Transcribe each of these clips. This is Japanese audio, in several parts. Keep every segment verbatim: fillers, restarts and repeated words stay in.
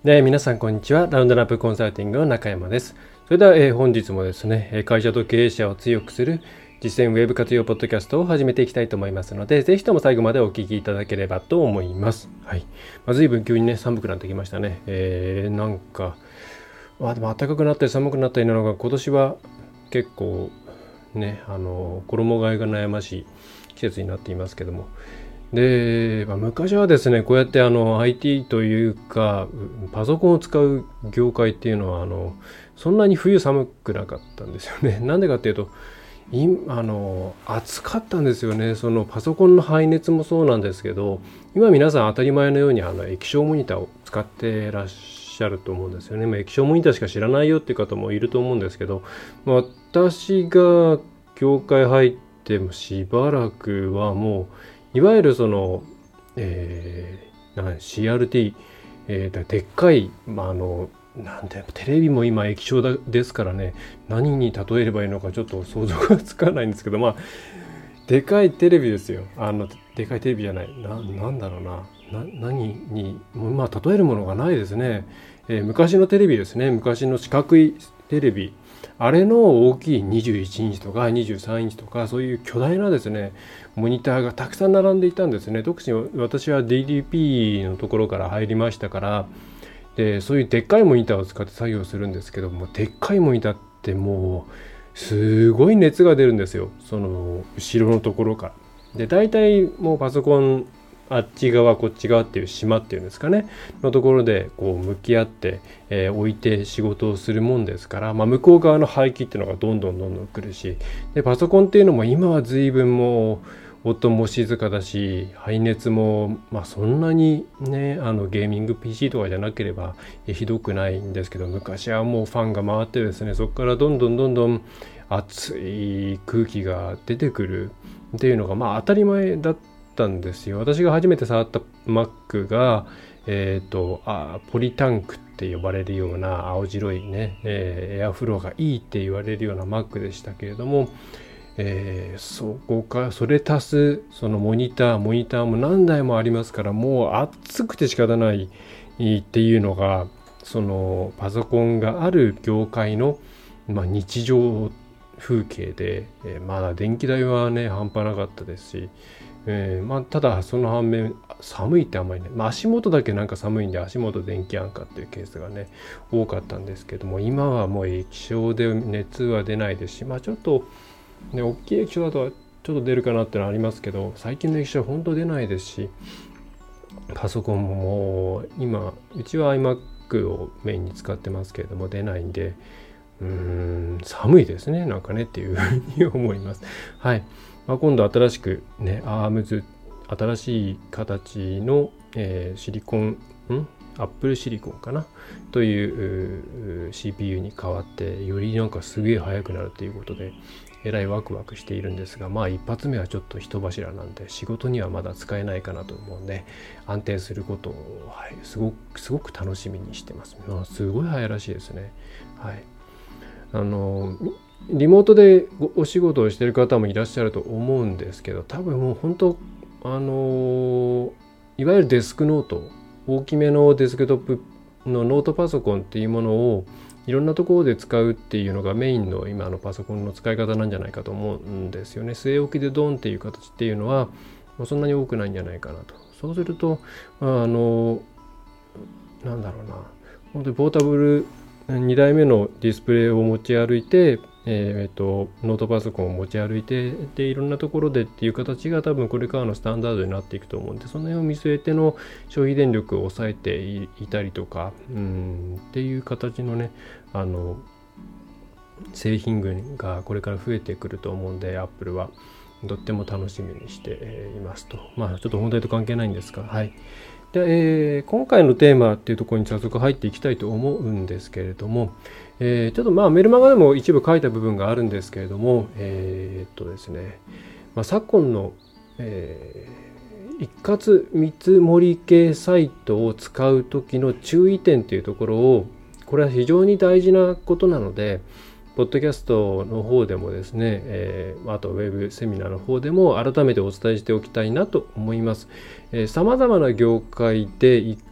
で、皆さんこんにちは。ラウンドナップコンサルティングの中山です。それでは、えー本日もですね、会社と経営者を強くする実践ウェブ活用ポッドキャストを始めていきたいと思いますので、ぜひとも最後までお聞きいただければと思います。はい。まあ、随分急にね、寒くなってきましたね。えー、なんか、まあでも暖かくなったり寒くなったりなのが、今年は結構ね、あの、衣替えが悩ましい季節になっていますけども、で、まあ、昔はですね、こうやってあの アイティー というかパソコンを使う業界っていうのはあのそんなに冬寒くなかったんですよね。なんでかっていうと、いあの暑かったんですよね。そのパソコンの排熱もそうなんですけど、今皆さん当たり前のようにあの液晶モニターを使ってらっしゃると思うんですよね。まあ、液晶モニターしか知らないよっていう方もいると思うんですけど、まあ私が業界入ってもしばらくはもういわゆるその、えー、なん シーアールティー、えー、でっかい、まあ、あのなんてテレビも今液晶だですからね、何に例えればいいのかちょっと想像がつかないんですけど、まあでかいテレビですよ。あのでかいテレビじゃないな、なんだろうな、な何にまあ例えるものがないですね。えー昔のテレビですね。昔の四角いテレビ、あれの大きいにじゅういちインチとかにじゅうさんインチとか、そういう巨大なですねモニターがたくさん並んでいたんですね。特に私は ディーディーピー のところから入りましたから、でそういうでっかいモニターを使って作業するんですけども、でっかいモニターってもうすごい熱が出るんですよ、その後ろのところから。で大体もうパソコンあっち側こっち側っていう島っていうんですかねのところでこう向き合って、えー置いて仕事をするもんですから、まあ、向こう側の排気っていうのがどんどんどんどん来るし、でパソコンっていうのも今は随分もう音も静かだし、排熱もまあそんなにね、あのゲーミング ピーシー とかじゃなければえひどくないんですけど、昔はもうファンが回ってですね、そこからどんどんどんどん熱い空気が出てくるっていうのがまあ当たり前だったんですよ。私が初めて触った Mac がえっ、とあポリタンクって呼ばれるような青白いね、えーエアフローがいいって言われるような Mac でしたけれども、えーそこかそれ足すそのモニターモニターも何台もありますから、もう暑くて仕方ないっていうのがそのパソコンがある業界の、まあ、日常風景で、えーまだ電気代はね半端なかったですし、えーまあ、ただその反面寒いってあんまりね、まあ、足元だけなんか寒いんで足元電気安価っていうケースがね多かったんですけども、今はもう液晶で熱は出ないですし、まあちょっとね大きい液晶だとはちょっと出るかなってのはありますけど、最近の液晶は本当出ないですし、パソコンももう今うちは iMac をメインに使ってますけれども出ないんで、うーん寒いですねなんかねっていうふうに思います。はい。まあ、今度新しくね アームズ 新しい形の、えーシリコンんアップルシリコンかなというう シーピーユー に変わって、よりなんかすげえ速くなるということでえらいワクワクしているんですが、まあ一発目はちょっと人柱なんで仕事にはまだ使えないかなと思うんで、安定することを、はい、すごくすごく楽しみにしてます。まあ、すごい速いらしいですね。はい。あのリモートでお仕事をしている方もいらっしゃると思うんですけど、多分もう本当あのいわゆるデスクノート、大きめのデスクトップのノートパソコンっていうものをいろんなところで使うっていうのがメインの今のパソコンの使い方なんじゃないかと思うんですよね。据え置きでドンっていう形っていうのはもうそんなに多くないんじゃないかなと。そうするとあのなんだろうな、本当にポータブルにだいめのディスプレイを持ち歩いて、えー、とノートパソコンを持ち歩いて、でいろんなところでっていう形が多分これからのスタンダードになっていくと思うんで、その辺を見据えての消費電力を抑えていたりとか、うんっていう形のねあの製品群がこれから増えてくると思うんで、アップルはとっても楽しみにしていますと。まあちょっと本題と関係ないんですが、はい。で、えー今回のテーマっていうところに早速入っていきたいと思うんですけれども、えーちょっとまあメルマガでも一部書いた部分があるんですけれども、えーっとですね、まあ、昨今の、えー一括見積もり系サイトを使う時の注意点というところを、これは非常に大事なことなので、ポッドキャストの方でもですね、えー、あとウェブセミナーの方でも改めてお伝えしておきたいなと思います。さまざまな業界で一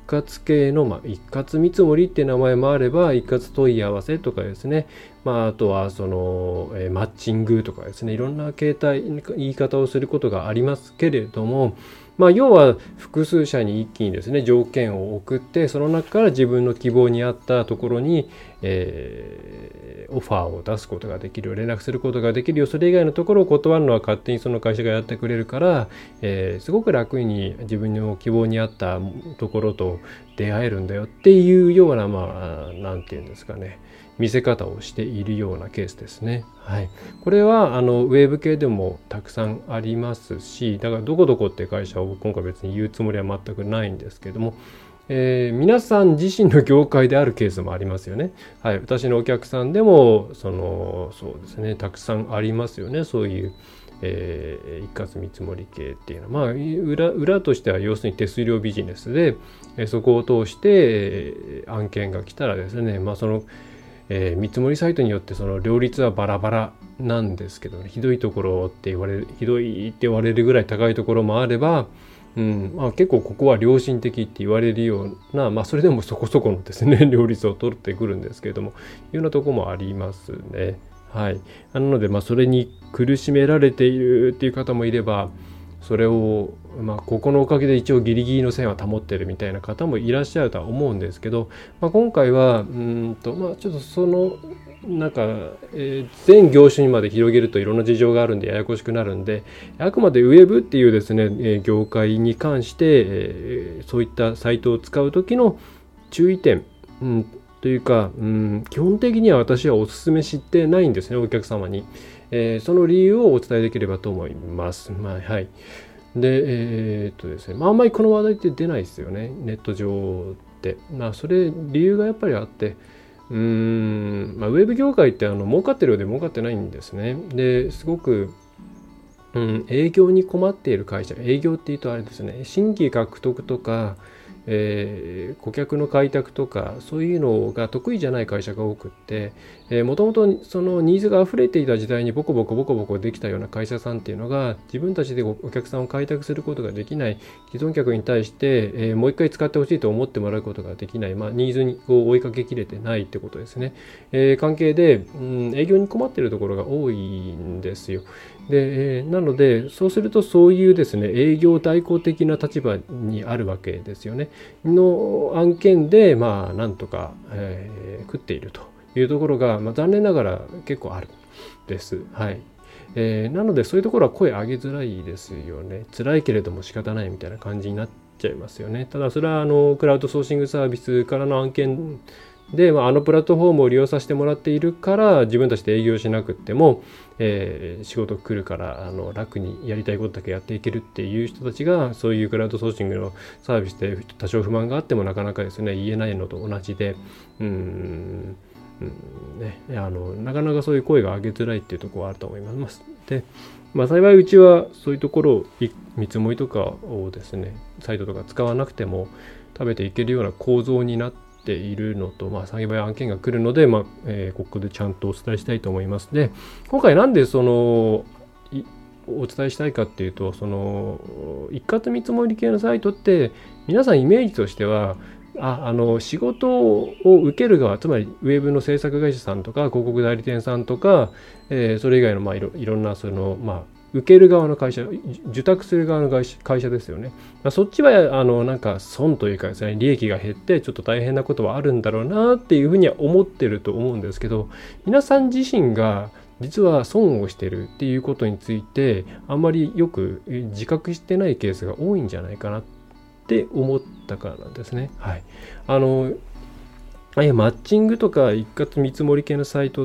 括系の、まあ、一括見積もりっていう名前もあれば、一括問い合わせとかですね、まあ、あとはその、えー、マッチングとかですね、いろんな形態、言い方をすることがありますけれども、まあ、要は複数社に一気にですね、条件を送って、その中から自分の希望に合ったところに、えー、オファーを出すことができるよ、連絡することができるよ、それ以外のところを断るのは勝手にその会社がやってくれるから、えー、すごく楽に自分の希望に合ったところと出会えるんだよっていうような、まあ、なんていうんですかね、見せ方をしているようなケースですね。はい、これはあのウェブ系でもたくさんありますし、だからどこどこって会社を今回別に言うつもりは全くないんですけども、えー、皆さん自身の業界であるケースもありますよね。はい、私のお客さんでもそのそうですね、たくさんありますよね。そういう、えー、一括見積もり系っていうのは、まあ、裏, 裏としては要するに手数料ビジネスで、えー、そこを通して、えー、案件が来たらですね、まあそのえー、見積もりサイトによってその両立はバラバラなんですけど、ね、ひどいところって言われるひどいって言われるぐらい高いところもあれば、うんまあ、結構ここは良心的って言われるような、まあ、それでもそこそこのですね両立を取ってくるんですけれども、いうようなところもありますね。はい、なので、まあ、それに苦しめられているっていう方もいれば、それを、まあ、ここのおかげで一応ギリギリの線は保ってるみたいな方もいらっしゃるとは思うんですけど、まあ、今回はうんと、まあ、ちょっとそのなんか、えー、全業種にまで広げるといろんな事情があるんでややこしくなるんで、あくまでウェブっていうですね、えー、業界に関して、えー、そういったサイトを使う時の注意点、うん、というか、うん、基本的には私はお勧めしてないんですね、お客様に。えー、その理由をお伝えできればと思います。まあ、はい。で、えー、っとですね、まあ、あんまりこの話題って出ないですよね、ネット上って。まあ、それ、理由がやっぱりあって、うーん、まあ、ウェブ業界ってあの儲かってるようで儲かってないんですね。で、すごく、うん、営業に困っている会社、営業っていうとあれですね、新規獲得とか、えー、顧客の開拓とかそういうのが得意じゃない会社が多くって、もともとそのニーズが溢れていた時代にボコボコボコボコできたような会社さんっていうのが、自分たちでお客さんを開拓することができない既存客に対して、えー、もう一回使ってほしいと思ってもらうことができない、まあ、ニーズにこう追いかけきれてないってことですね。えー、関係で、うん、営業に困っているところが多いんですよ。で、えー、なのでそうするとそういうですね、営業代行的な立場にあるわけですよね。の案件でまあなんとか、えー、食っているというところが、まあ、残念ながら結構あるです。はい。えー、なのでそういうところは声上げづらいですよね。辛いけれども仕方ないみたいな感じになっちゃいますよね。ただそれはあのクラウドソーシングサービスからの案件で、まあ、あのプラットフォームを利用させてもらっているから自分たちで営業しなくっても、えー、仕事来るからあの楽にやりたいことだけやっていけるっていう人たちが、そういうクラウドソーシングのサービスで多少不満があってもなかなかですね言えないのと同じで、うーんうんね、あのなかなかそういう声が上げづらいっていうところはあると思います。で、まあ、幸いうちはそういうところを見積もりとかをですね、サイトとか使わなくても食べていけるような構造になってているのと、まあ、幸い案件が来るので、まあえー、ここでちゃんとお伝えしたいと思います。で、今回なんでそのお伝えしたいかっていうと、その一括見積もり系のサイトって皆さんイメージとしては、ああの仕事を受ける側、つまりウェブの制作会社さんとか広告代理店さんとか、えー、それ以外のまあいろいろんなそのまあ受ける側の会社、受託する側の会社、会社ですよね。まあ、そっちはあのなんか損というかですね、利益が減ってちょっと大変なことはあるんだろうなっていうふうには思ってると思うんですけど、皆さん自身が実は損をしてるっていうことについてあんまりよく自覚してないケースが多いんじゃないかなって思ったからなんですね。はい。あのマッチングとか一括見積もり系のサイトって、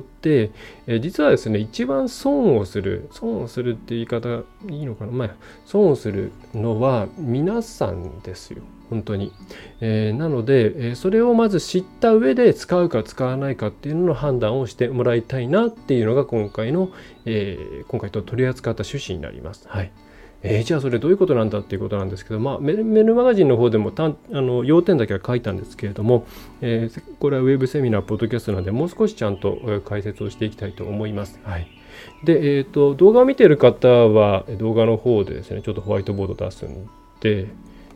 えー、実はですね、一番損をする、損をするって言い方いいのかな、まあ、損をするのは皆さんですよ、本当に。えー、なので、えー、それをまず知った上で使うか使わないかっていうのの判断をしてもらいたいなっていうのが今回の、えー、今回と取り扱った趣旨になります。はい。えー、じゃあそれどういうことなんだっていうことなんですけど、まあ、メル、メルマガジンの方でもたんあの要点だけは書いたんですけれども、えー、これはウェブセミナー、ポッドキャストなので、もう少しちゃんと解説をしていきたいと思います。はい。で、えっと、動画を見ている方は、動画の方でですね、ちょっとホワイトボード出すんで、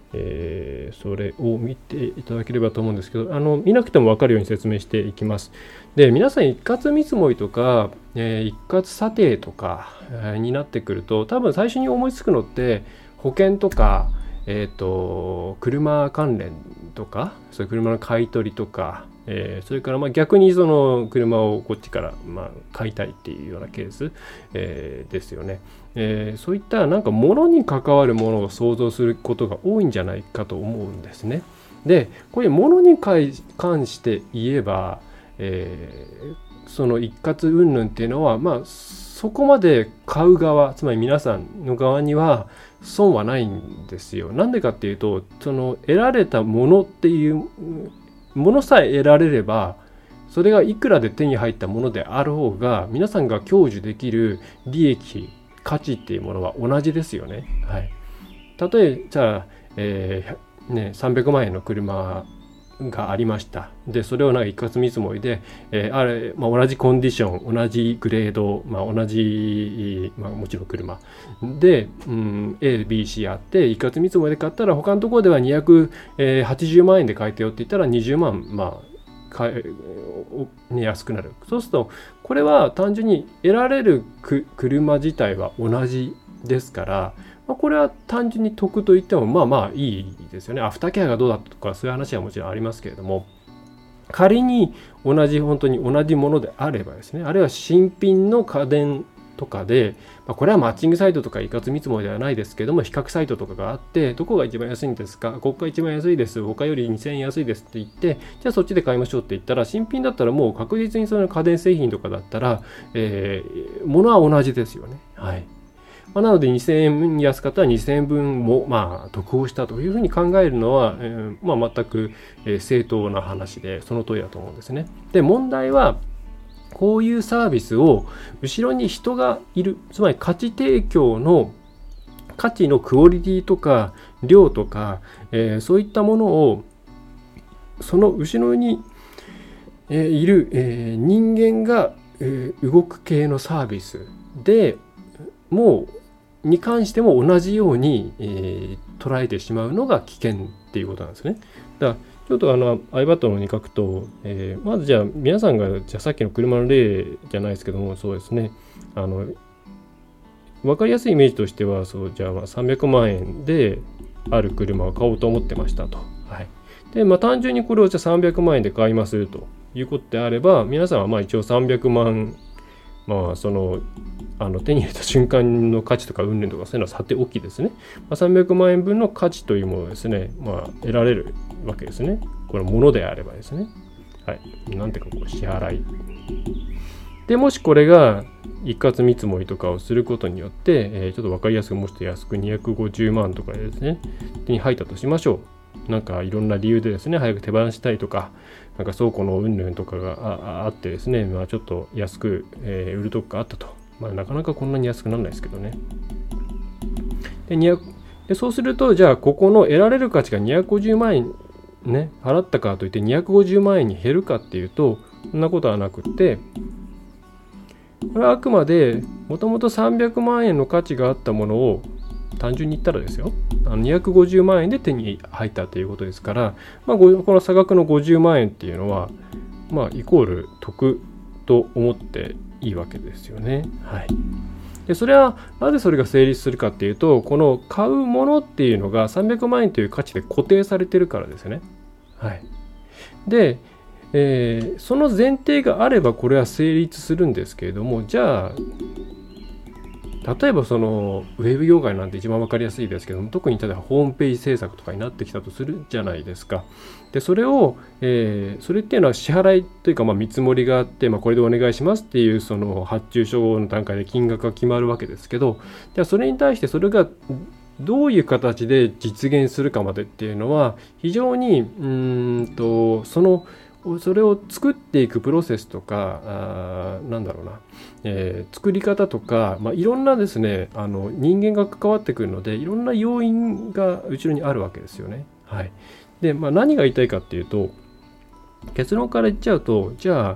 えー、それを見ていただければと思うんですけど、あの見なくても分かるように説明していきます。で、皆さん一括見積もりとか、えー、一括査定とか、えー、になってくると、多分最初に思いつくのって保険とか、えーと、車関連とか、そういう車の買い取りとか、えー、それからまあ逆にその車をこっちからまあ買いたいっていうようなケース、えー、ですよね。えー、そういったなんか物に関わるものを想像することが多いんじゃないかと思うんですね。で、こういう物に関して言えば、えー、その一括云々っていうのはまあそこまで買う側、つまり皆さんの側には損はないんですよ。なんでかっていうと、その得られたものっていうものさえ得られれば、それがいくらで手に入ったものであろうが、皆さんが享受できる利益、価値っていうものは同じですよね。はい。例えじゃあ、えーね、さんびゃくまんえんの車がありました。で、それをなんか一括見積もりで、えー、あれ、まあ、同じコンディション、同じグレード、まあ、同じ、まあ、もちろん車で、うん、A、B、C あって、一括見積もりで買ったら、他のところではにひゃくはちじゅうまんえんで買えてよって言ったらにじゅうまん、まあ、買え、ね、安くなる。そうすると、これは単純に得られる車自体は同じですから、まあ、これは単純に得と言ってもまあまあいいですよね。アフターケアがどうだとかそういう話はもちろんありますけれども、仮に同じ本当に同じものであればですね、あるいは新品の家電とかで、まあ、これはマッチングサイトとか一括見積もりではないですけども、比較サイトとかがあって、どこが一番安いんですか、ここが一番安いです、他よりにせんえん安いですって言って、じゃあそっちで買いましょうって言ったら、新品だったらもう確実にその家電製品とかだったら、えー、物は同じですよね。はい。まあ、なのでにせんえん安かったらにせんえんぶんもまあ得をしたというふうに考えるのは、えーまあ、全く正当な話で、その通りだと思うんですね。で、問題はこういうサービスを後ろに人がいる、つまり価値提供の価値のクオリティとか量とか、えー、そういったものをその後ろに、えー、いる、えー、人間が、えー、動く系のサービスでもうに関しても同じように、えー、捉えてしまうのが危険っていうことなんですね。だからちょっとあの iPad のに書くと、えー、まずじゃあ皆さんがじゃあさっきの車の例じゃないですけども、そうですね、あの分かりやすいイメージとしては、そうじゃあまあさんびゃくまんえんである車を買おうと思ってましたと。はい。で、まあ単純にこれをじゃあさんびゃくまんえんで買いますということであれば、皆さんはまあ一応さんびゃくまん、まあそのあの手に入れた瞬間の価値とか云々とかそういうのはさておきですね、まあ、さんびゃくまんえんぶんの価値というものをですね、まあ、得られるわけですね。これものであればですね。はい。なんていうかこう支払い。で、もしこれが一括見積もりとかをすることによって、えー、ちょっと分かりやすくもうちょっと安くにひゃくごじゅうまんとかでですね、手に入ったとしましょう。なんかいろんな理由でですね、早く手放したいとか、なんか倉庫の云々とかが あ, あってですね、まあ、ちょっと安く、えー、売るとこがあったと。まあ、なかなかこんなに安くならないですけどね。で、にひゃくでそうすると、じゃあ、ここの得られる価値がにひゃくごじゅうまんえんね、払ったからといってにひゃくごじゅうまんえんに減るかっていうと、そんなことはなくって、これはあくまで、もともとさんびゃくまんえんの価値があったものを、単純に言ったらですよ、あのにひゃくごじゅうまんえんで手に入ったということですから、まあ、この差額のごじゅうまんえんっていうのは、まあ、イコール得と思っていいわけですよね。はい。で、それはなぜそれが成立するかっていうと、この買うものっていうのがさんびゃくまんえんという価値で固定されてるからですよね。はい。で、えー、その前提があればこれは成立するんですけれども、じゃあ例えばそのウェブ業界なんて一番わかりやすいですけども、特に例えばホームページ制作とかになってきたとするじゃないですか。で、それを、えー、それっていうのは支払いというか、まあ見積もりがあって、まあ、これでお願いしますっていうその発注書の段階で金額が決まるわけですけど、じゃあそれに対してそれがどういう形で実現するかまでっていうのは非常にうーんとそのそれを作っていくプロセスとか、あなんだろうな、えー、作り方とか、まあ、いろんなですね、あの人間が関わってくるので、いろんな要因が後ろにあるわけですよね。はい。で、まあ、何が言いたいかっていうと、結論から言っちゃうと、じゃあ、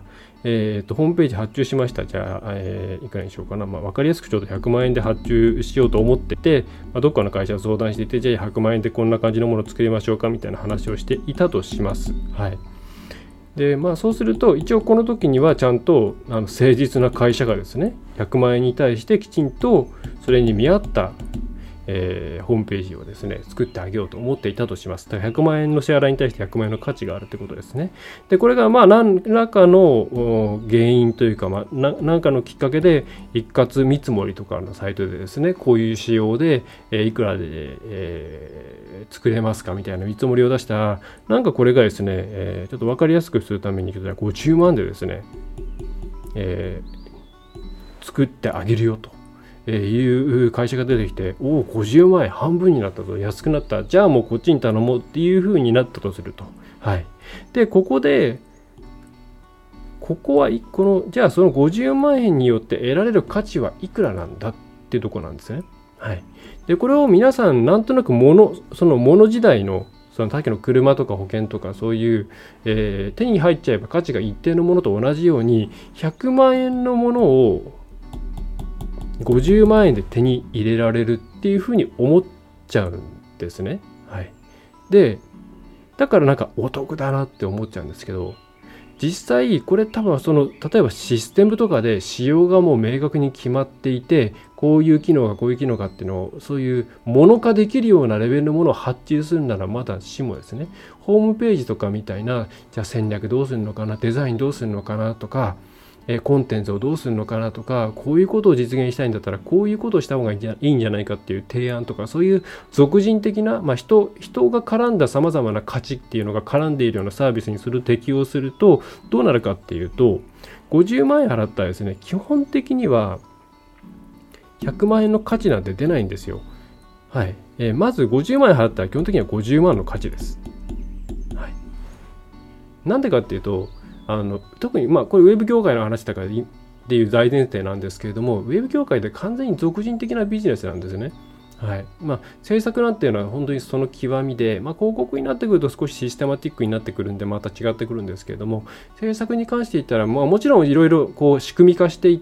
えー、とホームページ発注しました。じゃあ、えー、いくらにしようかな。まあ、分かりやすくちょっとひゃくまんえんで発注しようと思ってて、まあ、どっかの会社と相談していて、じゃあひゃくまんえんでこんな感じのものを作りましょうかみたいな話をしていたとします。はい。で、まあそうすると、一応この時にはちゃんとあの誠実な会社がですね、ひゃくまんえんに対してきちんとそれに見合ったえー、ホームページをですね作ってあげようと思っていたとします。だからひゃくまんえんの支払いに対してひゃくまんえんの価値があるということですね。でこれがまあ何らかの原因というか、まあ、何かのきっかけで一括見積もりとかのサイトでですねこういう仕様で、えー、いくらで、えー、作れますかみたいな見積もりを出したら、なんかこれがですね、えー、ちょっと分かりやすくするためにごじゅうまんでですね、えー、作ってあげるよとえー、いう会社が出てきて、おおごじゅうまんえん半分になったと、安くなった、じゃあもうこっちに頼もうっていう風になったとすると、はい。でここでここはこのじゃあそのごじゅうまんえんによって得られる価値はいくらなんだっていうところなんですね。はい。でこれを皆さんなんとなく物その物時代のそのさっきの車とか保険とかそういう、えー、手に入っちゃえば価値が一定のものと同じようにひゃくまんえんのものをごじゅうまんえんで手に入れられるっていうふうに思っちゃうんですね。はい。で、だからなんかお得だなって思っちゃうんですけど、実際これ多分その例えばシステムとかで仕様がもう明確に決まっていて、こういう機能がこういう機能かっていうのをそういうモノ化できるようなレベルのものを発注するならまだしもですね、ホームページとかみたいなじゃあ戦略どうするのかな、デザインどうするのかなとか。コンテンツをどうするのかなとか、こういうことを実現したいんだったらこういうことをした方がいいんじゃないかっていう提案とか、そういう俗人的な、まあ、人人が絡んださまざまな価値っていうのが絡んでいるようなサービスにする適用するとどうなるかっていうと、ごじゅうまんえん払ったらですね、基本的にはひゃくまんえんの価値なんて出ないんですよ。はい。えー、まずごじゅうまんえん払ったら基本的にはごじゅうまんの価値です。はい。なんでかっていうと、あの特にまあこれウェブ業界の話だからっていう大前提なんですけれども、ウェブ業界で完全に俗人的なビジネスなんですね。はいまあ、制作なんていうのは本当にその極みで、まあ、広告になってくると少しシステマティックになってくるんでまた違ってくるんですけれども、制作に関して言ったら、まあ、もちろんいろいろこう仕組み化していって、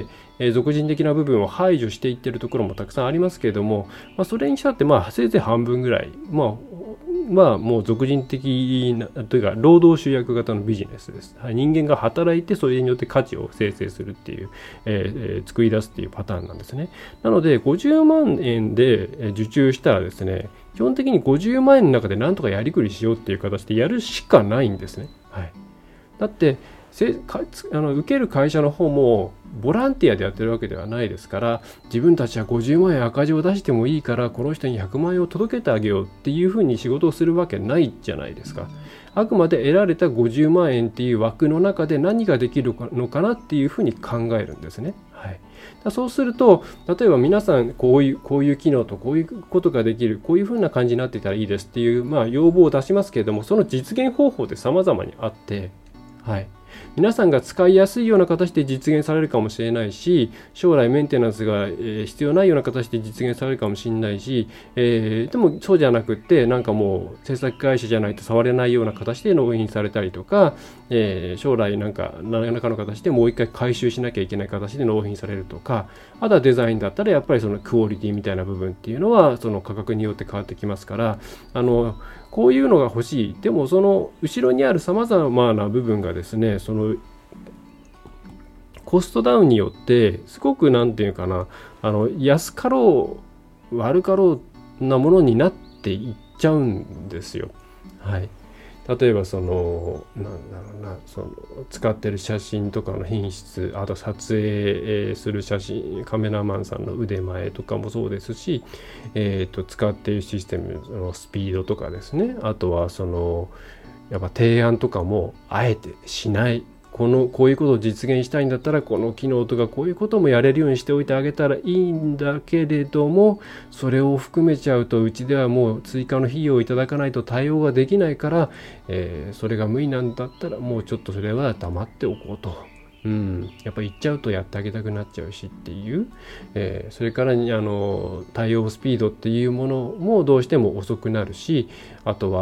えー、俗人的な部分を排除していっているところもたくさんありますけれども、まあ、それにしたってまあせいぜい半分ぐらい、まあまあもう俗人的なというか労働集約型のビジネスです。はい、人間が働いてそれによって価値を生成するっていう、えー、作り出すっていうパターンなんですね。なのでごじゅうまんえんで受注したらですね、基本的にごじゅうまんえんの中でなんとかやりくりしようっていう形でやるしかないんですね。はい、だってせかあの受ける会社の方もボランティアでやってるわけではないですから、自分たちはごじゅうまんえん赤字を出してもいいからこの人にひゃくまんえんを届けてあげようっていうふうに仕事をするわけないじゃないですか。あくまで得られたごじゅうまんえんっていう枠の中で何ができるのかなっていうふうに考えるんですね。はい、だそうすると例えば皆さんこういうこういう機能とこういうことができる、こういうふうな感じになっていたらいいですっていう、まあ、要望を出しますけれども、その実現方法って様々にあって、はい皆さんが使いやすいような形で実現されるかもしれないし、将来メンテナンスが必要ないような形で実現されるかもしれないし、えー、でもそうじゃなくってなんかもう制作会社じゃないと触れないような形で納品されたりとか、えー、将来なんか何らかの形でもう一回回収しなきゃいけない形で納品されるとか、あとはデザインだったらやっぱりそのクオリティみたいな部分っていうのはその価格によって変わってきますから、あのこういうのが欲しい。でもその後ろにあるさまざまな部分がですね、そのコストダウンによってすごくなんていうかな、あの安かろう悪かろうなものになっていっちゃうんですよ。はい。例えばそのなんだろうな、その使ってる写真とかの品質、あと撮影する写真カメラマンさんの腕前とかもそうですし、えー、と使っているシステムのスピードとかですね、あとはそのやっぱ提案とかもあえてしない。このこういうことを実現したいんだったらこの機能とかこういうこともやれるようにしておいてあげたらいいんだけれども、それを含めちゃうとうちではもう追加の費用をいただかないと対応ができないから、えー、それが無理なんだったらもうちょっとそれは黙っておこうと。うん、やっぱ言っちゃうとやってあげたくなっちゃうしっていう、えー、それからにあの対応スピードっていうものもどうしても遅くなるし、あとは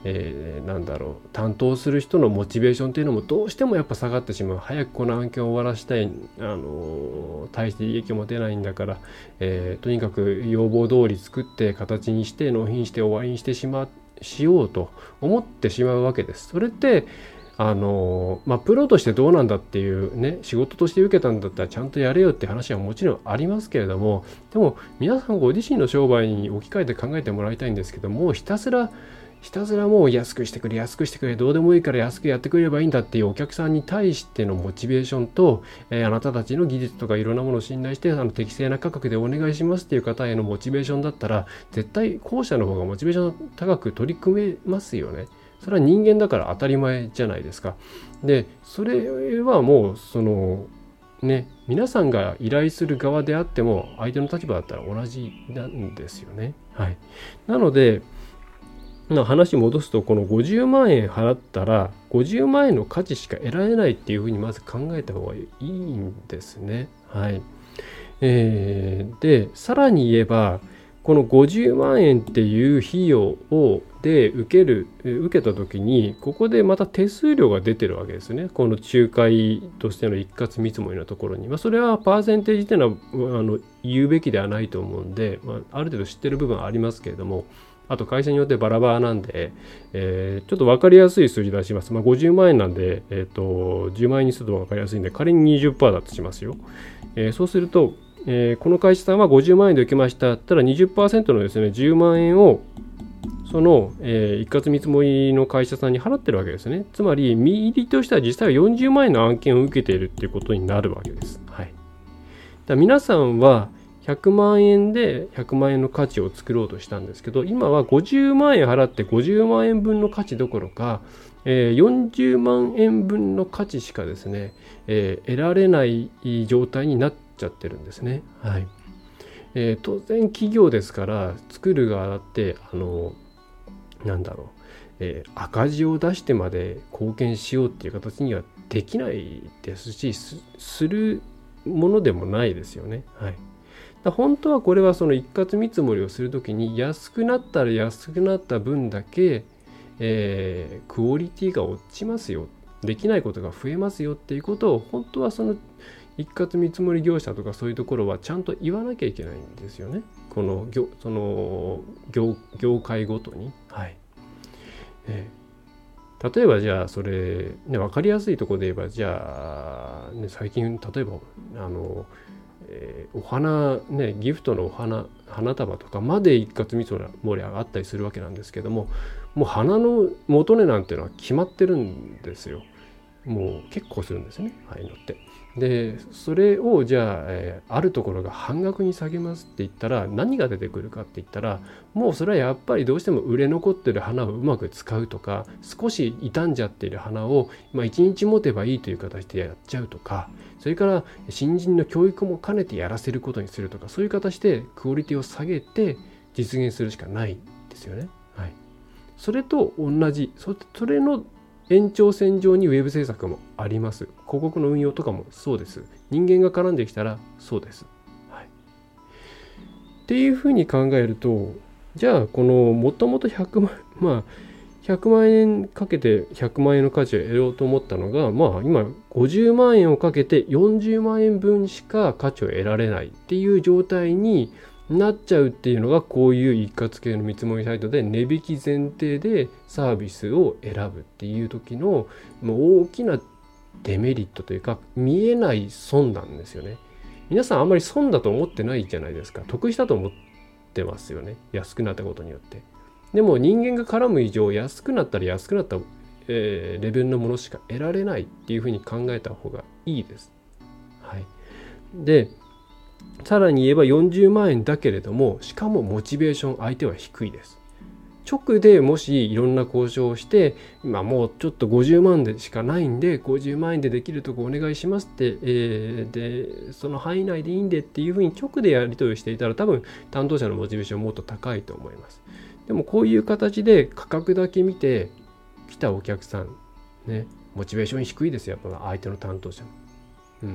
えー、なんだろう担当する人のモチベーションっていうのもどうしてもやっぱ下がってしまう。早くこの案件を終わらしたい、あのー、大して利益も出ないんだから、えー、とにかく要望通り作って形にして納品して終わりにしてしましようと思ってしまうわけです。それってあのまあプロとしてどうなんだっていうね、仕事として受けたんだったらちゃんとやれよって話はもちろんありますけれども、でも皆さんご自身の商売に置き換えて考えてもらいたいんですけども、ひたすらひたすらもう安くしてくれ安くしてくれどうでもいいから安くやってくれればいいんだっていうお客さんに対してのモチベーションと、えー、あなたたちの技術とかいろんなものを信頼してあの適正な価格でお願いしますっていう方へのモチベーションだったら、絶対後者の方がモチベーション高く取り組めますよね。それは人間だから当たり前じゃないですか。でそれはもうそのね、皆さんが依頼する側であっても相手の立場だったら同じなんですよね。はい。なので話戻すと、このごじゅうまんえん払ったらごじゅうまんえんの価値しか得られないっていうふうにまず考えた方がいいんですね。はい。えー、でさらに言えば、このごじゅうまんえんっていう費用をで受ける受けた時に、ここでまた手数料が出てるわけですね。この仲介としての一括見積もりのところに、まあ、それはパーセンテージっていうのはあの言うべきではないと思うんで、まあ、ある程度知ってる部分はありますけれども、あと会社によってバラバラなんで、えー、ちょっと分かりやすい数字出します。まあ、ごじゅうまんえんなんで、えーと、じゅうまんえんにすると分かりやすいんで、仮に にじゅっパーセント だとしますよ。えー、そうすると、えー、この会社さんはごじゅうまんえんで受けましただったら にじゅっパーセント のですね、じゅうまんえんをその、えー、一括見積もりの会社さんに払ってるわけですね。つまり、見入りとしては実際はよんじゅうまんえんの案件を受けているっていうことになるわけです。はい。だから皆さんは、ひゃくまんえんでひゃくまんえんの価値を作ろうとしたんですけど、今はごじゅうまんえん払ってごじゅうまんえんぶんの価値どころか、えー、よんじゅうまんえんぶんの価値しかですね、えー、得られない状態になっちゃってるんですね。はい。えー、当然企業ですから作る側だってあのなんだろう、えー、赤字を出してまで貢献しようっていう形にはできないですし、す、するものでもないですよね。はい。本当はこれはその一括見積もりをするときに安くなったら安くなった分だけ、えー、クオリティが落ちますよ、できないことが増えますよっていうことを本当はその一括見積もり業者とかそういうところはちゃんと言わなきゃいけないんですよね。この業その 業, 業界ごとに。はい。えー、例えばじゃあそれ、ね、分かりやすいところで言えば、じゃあ、ね、最近例えばあのえー、お花ね、ギフトのお花花束とかまで一括見積もりがあったりするわけなんですけども、もう花の元値なんていうのは決まってるんですよ。もう結構するんですね、ああいうのって。でそれをじゃあ、えー、あるところが半額に下げますって言ったら何が出てくるかって言ったら、もうそれはやっぱりどうしても売れ残ってる花をうまく使うとか、少し傷んじゃっている花をまあいちにち持てばいいという形でやっちゃうとか、それから新人の教育も兼ねてやらせることにするとか、そういう形でクオリティを下げて実現するしかないんですよね。はい。それと同じ、そ, それの延長線上にウェブ制作もあります。広告の運用とかもそうです。人間が絡んできたらそうです。はい。っていうふうに考えると、じゃあこのもともとひゃくまん、まあひゃくまんえんかけてひゃくまんえんの価値を得ようと思ったのが、まあ今ごじゅうまんえんをかけてよんじゅうまんえんぶんしか価値を得られないっていう状態になっちゃうっていうのが、こういう一括系の見積もりサイトで値引き前提でサービスを選ぶっていう時のもう大きなデメリットというか、見えない損なんですよね。皆さんあんまり損だと思ってないじゃないですか。得したと思ってますよね、安くなったことによって。でも人間が絡む以上、安くなったら安くなった、えー、レベルのものしか得られないっていうふうに考えた方がいいです。はい。でさらに言えばよんじゅうまんえんだけれども、しかもモチベーション相手は低いです。直でもしいろんな交渉をして、今もうちょっとごじゅうまんでしかないんでごじゅうまんえんでできるとこお願いしますって、えー、でその範囲内でいいんでっていうふうに直でやり取りをしていたら、多分担当者のモチベーションもっと高いと思います。でもこういう形で価格だけ見て来たお客さんね、モチベーション低いですよ、やっぱ相手の担当者。うん。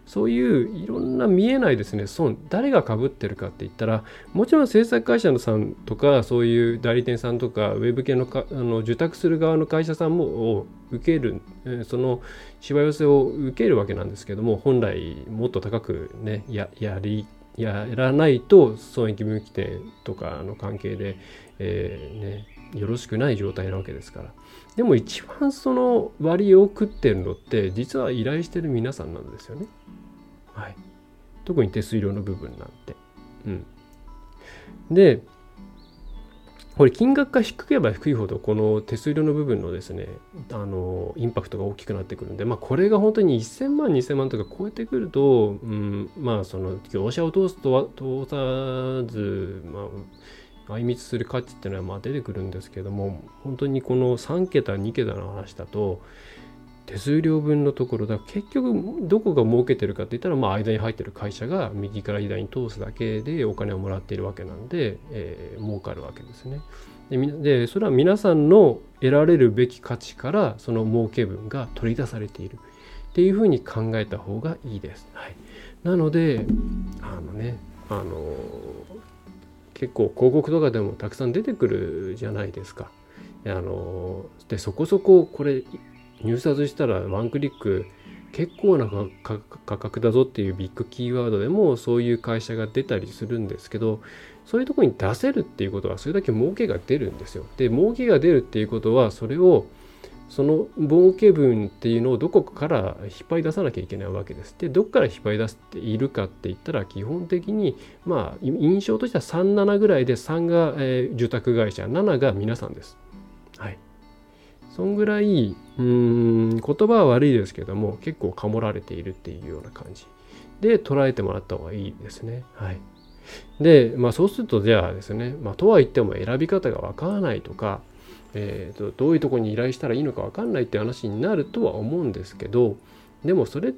そういういろんな見えないですね損、誰が被ってるかって言ったら、もちろん制作会社のさんとかそういう代理店さんとかウェブ系のかあの受託する側の会社さんもを受ける、そのしわ寄せを受けるわけなんですけども、本来もっと高くね や, やりやらないと損益分岐点とかの関係で、えーね、よろしくない状態なわけですから。でも一番その割を食ってるのって実は依頼してる皆さんなんですよね。はい。特に手数料の部分なんて。うん。で、これ金額が低ければ低いほどこの手数料の部分のですね、あのインパクトが大きくなってくるんで、まあこれが本当にせんまんにせんまんとか超えてくると、うん、まあその業者を通すとは通さず、まあ相密する価値っていうのはまあ出てくるんですけども、本当にこのさんけたにけたの話だと手数料分のところだ、結局どこが儲けてるかって言ったら、まあ間に入ってる会社が右から左に通すだけでお金をもらっているわけなんで、えー、儲かるわけですね。で, でそれは皆さんの得られるべき価値からその儲け分が取り出されているっていうふうに考えた方がいいです。はい、なのであのねあの結構広告とかでもたくさん出てくるじゃないですか。あのでそこそここれ入札したらワンクリック結構な価格だぞっていうビッグキーワードでもそういう会社が出たりするんですけど、そういうところに出せるっていうことはそれだけ儲けが出るんですよ。で儲けが出るっていうことはそれをその儲け分っていうのをどこかから引っ張り出さなきゃいけないわけです。でどこから引っ張り出しているかって言ったら基本的にまあ印象としてはさん、ななぐらいでさんが、えー、受託会社、ななが皆さんです。はい。そんぐらいうーん言葉は悪いですけども結構かもられているっていうような感じで捉えてもらった方がいいですね。はい。でまあそうするとじゃあですね、まあとは言っても選び方がわからないとか、えーと、どういうところに依頼したらいいのかわかんないって話になるとは思うんですけど、でもそれって、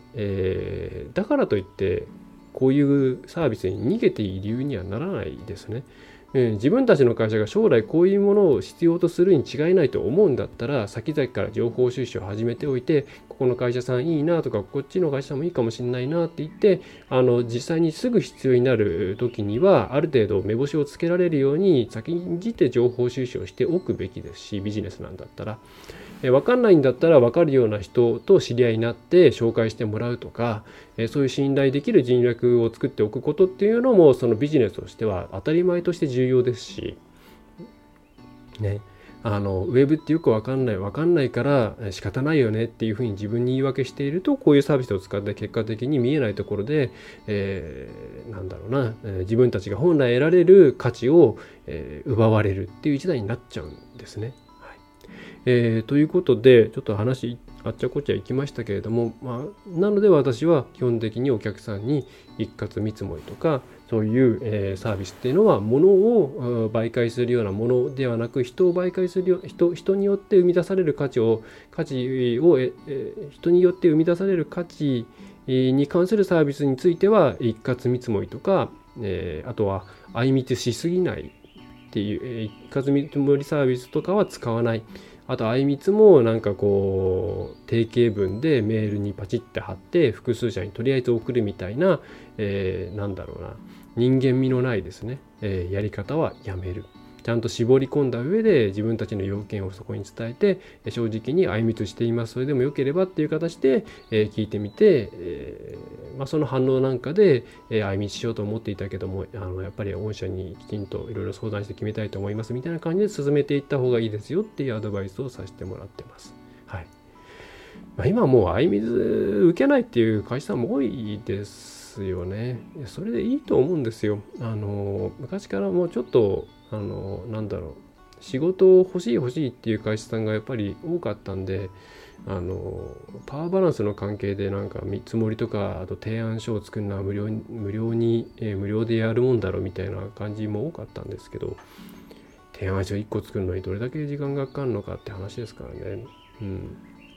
えー、だからといってこういうサービスに逃げていい理由にはならないですね。えー、自分たちの会社が将来こういうものを必要とするに違いないと思うんだったら先々から情報収集を始めておいて、ここの会社さんいいなとかこっちの会社もいいかもしれないなって言って、あの実際にすぐ必要になる時にはある程度目星をつけられるように先んじて情報収集をしておくべきですし、ビジネスなんだったらえ分かんないんだったら分かるような人と知り合いになって紹介してもらうとか、えそういう信頼できる人脈を作っておくことっていうのもそのビジネスとしては当たり前として重要ですしね。あのウェブってよく分かんない分かんないから仕方ないよねっていうふうに自分に言い訳していると、こういうサービスを使って結果的に見えないところで、えー、なんだろうな、えー、自分たちが本来得られる価値を、えー、奪われるっていう時代になっちゃうんですね。えー、ということでちょっと話あっちゃこっちゃいきましたけれども、まあ、なので私は基本的にお客さんに一括見積もりとかそういう、えー、サービスっていうのは物を媒介するようなものではなく、人を媒介するよ人人によって生み出される価値を価値を、えー、人によって生み出される価値に関するサービスについては一括見積もりとか、えー、あとは相密しすぎないっていう、えー、一括見積もりサービスとかは使わない。あと相密もなんかこう定型文でメールにパチッて貼って複数社にとりあえず送るみたいな、えー、なんだろうな、人間味のないですね、えー、やり方はやめる。ちゃんと絞り込んだ上で自分たちの要件をそこに伝えて、正直に相密しています、それでもよければっていう形で、えー、聞いてみて、えーまあ、その反応なんかで、えー、相密しようと思っていたけども、あのやっぱり御社にきちんといろいろ相談して決めたいと思いますみたいな感じで進めていった方がいいですよっていうアドバイスをさせてもらってます。はい。まあ、今もう相密受けないっていう会社さんも多いですよね。それでいいと思うんですよ。あの昔からもうちょっとあのなんだろう、仕事を欲しい欲しいっていう会社さんがやっぱり多かったんで、あのパワーバランスの関係でなんか見積もりとかあと提案書を作るのは無料に無料に、えー、無料でやるもんだろうみたいな感じも多かったんですけど、提案書いっこ作るのにどれだけ時間がかかるのかって話ですからね。うん。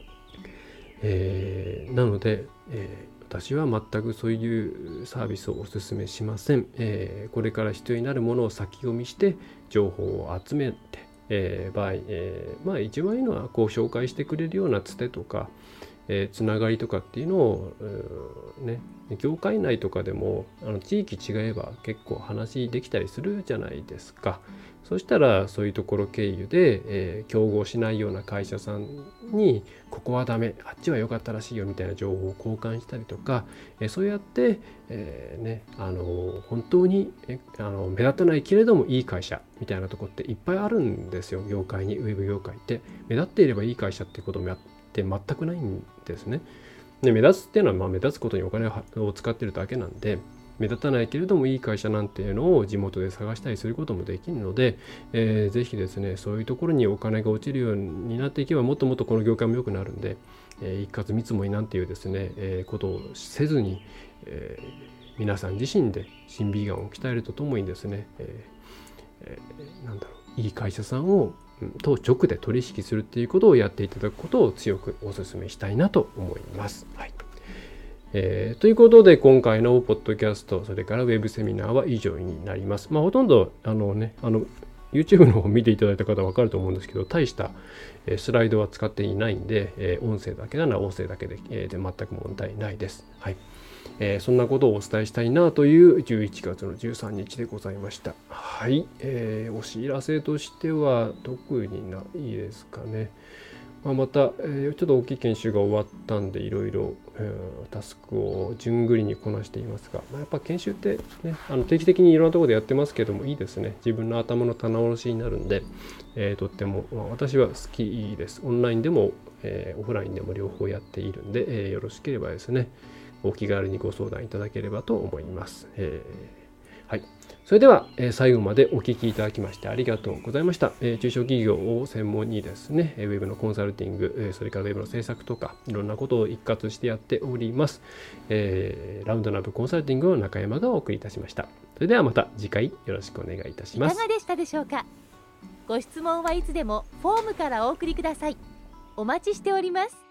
えー、なので、えー私は全くそういうサービスをお勧めしません。えー、これから必要になるものを先読みして情報を集めて、えー、場合、えー、まあ一番いいのはこう紹介してくれるようなつてとか、 えー、つながりとかっていうのを、ね、業界内とかでもあの地域違えば結構話できたりするじゃないですか。そしたらそういうところ経由で、えー、競合しないような会社さんにここはダメ、あっちは良かったらしいよみたいな情報を交換したりとか、えー、そうやって、えーね、あの本当にえあの目立たないけれどもいい会社みたいなところっていっぱいあるんですよ。業界に、ウェブ業界って目立っていればいい会社っていうこともやって全くないんですね。で、目立つっていうのはまあ目立つことにお金を使ってるだけなんで、目立たないけれどもいい会社なんていうのを地元で探したりすることもできるので、えー、ぜひですね、そういうところにお金が落ちるようになっていけばもっともっとこの業界も良くなるんで、えー、一括見積もりなんていうですね、えー、ことをせずに、えー、皆さん自身で審美眼を鍛えるとともにですね、えーえー、なんだろういい会社さんをと直で取引するっていうことをやっていただくことを強くお勧めしたいなと思います。はい。えー、ということで今回のポッドキャスト、それからウェブセミナーは以上になります。まあほとんどあのね、あの YouTube の方を見ていただいた方は分かると思うんですけど、大したスライドは使っていないんで、えー、音声だけなら音声だけで、えー、で全く問題ないです。はい。えー、そんなことをお伝えしたいなというじゅういちがつのじゅうさんにちでございました。はい、えー、お知らせとしては特にないですかね。まあ、また、えー、ちょっと大きい研修が終わったんでいろいろ、えー、タスクを順繰りにこなしていますが、まあ、やっぱ研修ってね、あの定期的にいろんなところでやってますけどもいいですね。自分の頭の棚卸しになるんで、えー、とっても、まあ、私は好きです。オンラインでも、えー、オフラインでも両方やっているんで、えー、よろしければですね、お気軽にご相談いただければと思います。えー、はい。それでは、えー、最後までお聞きいただきましてありがとうございました。えー、中小企業を専門にですね、ウェブのコンサルティング、えー、それからウェブの制作とか、いろんなことを一括してやっております。えー、ラウンドナップコンサルティングの中山がお送りいたしました。それではまた次回よろしくお願いいたします。 いかがでしたでしょうか。ご質問はいつでもフォームからお送りください。お待ちしております。